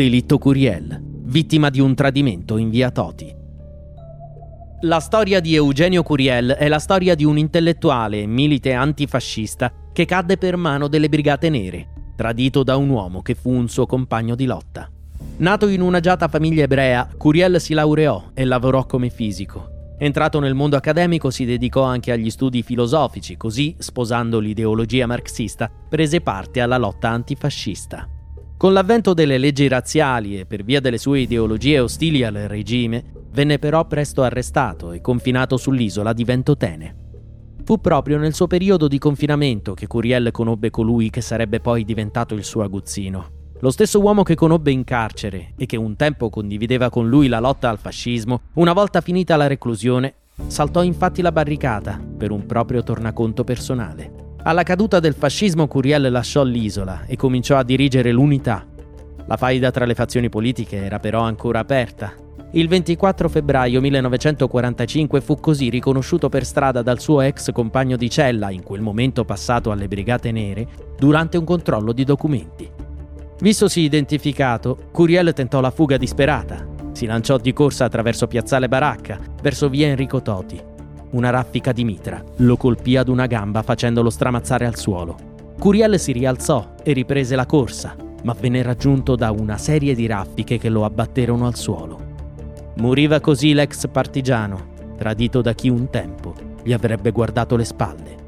Delitto Curiel, vittima di un tradimento in via Toti. La storia di Eugenio Curiel è la storia di un intellettuale e milite antifascista che cadde per mano delle Brigate Nere, tradito da un uomo che fu un suo compagno di lotta. Nato in un'agiata famiglia ebrea, Curiel si laureò e lavorò come fisico. Entrato nel mondo accademico si dedicò anche agli studi filosofici, così, sposando l'ideologia marxista, prese parte alla lotta antifascista. Con l'avvento delle leggi razziali e per via delle sue ideologie ostili al regime, venne però presto arrestato e confinato sull'isola di Ventotene. Fu proprio nel suo periodo di confinamento che Curiel conobbe colui che sarebbe poi diventato il suo aguzzino. Lo stesso uomo che conobbe in carcere e che un tempo condivideva con lui la lotta al fascismo, una volta finita la reclusione, saltò infatti la barricata per un proprio tornaconto personale. Alla caduta del fascismo Curiel lasciò l'isola e cominciò a dirigere l'Unità. La faida tra le fazioni politiche era però ancora aperta. Il 24 febbraio 1945 fu così riconosciuto per strada dal suo ex compagno di cella, in quel momento passato alle Brigate Nere, durante un controllo di documenti. Vistosi identificato, Curiel tentò la fuga disperata. Si lanciò di corsa attraverso piazzale Baracca, verso via Enrico Toti. Una raffica di mitra lo colpì ad una gamba facendolo stramazzare al suolo. Curiel si rialzò e riprese la corsa, ma venne raggiunto da una serie di raffiche che lo abbatterono al suolo. Moriva così l'ex partigiano, tradito da chi un tempo gli avrebbe guardato le spalle.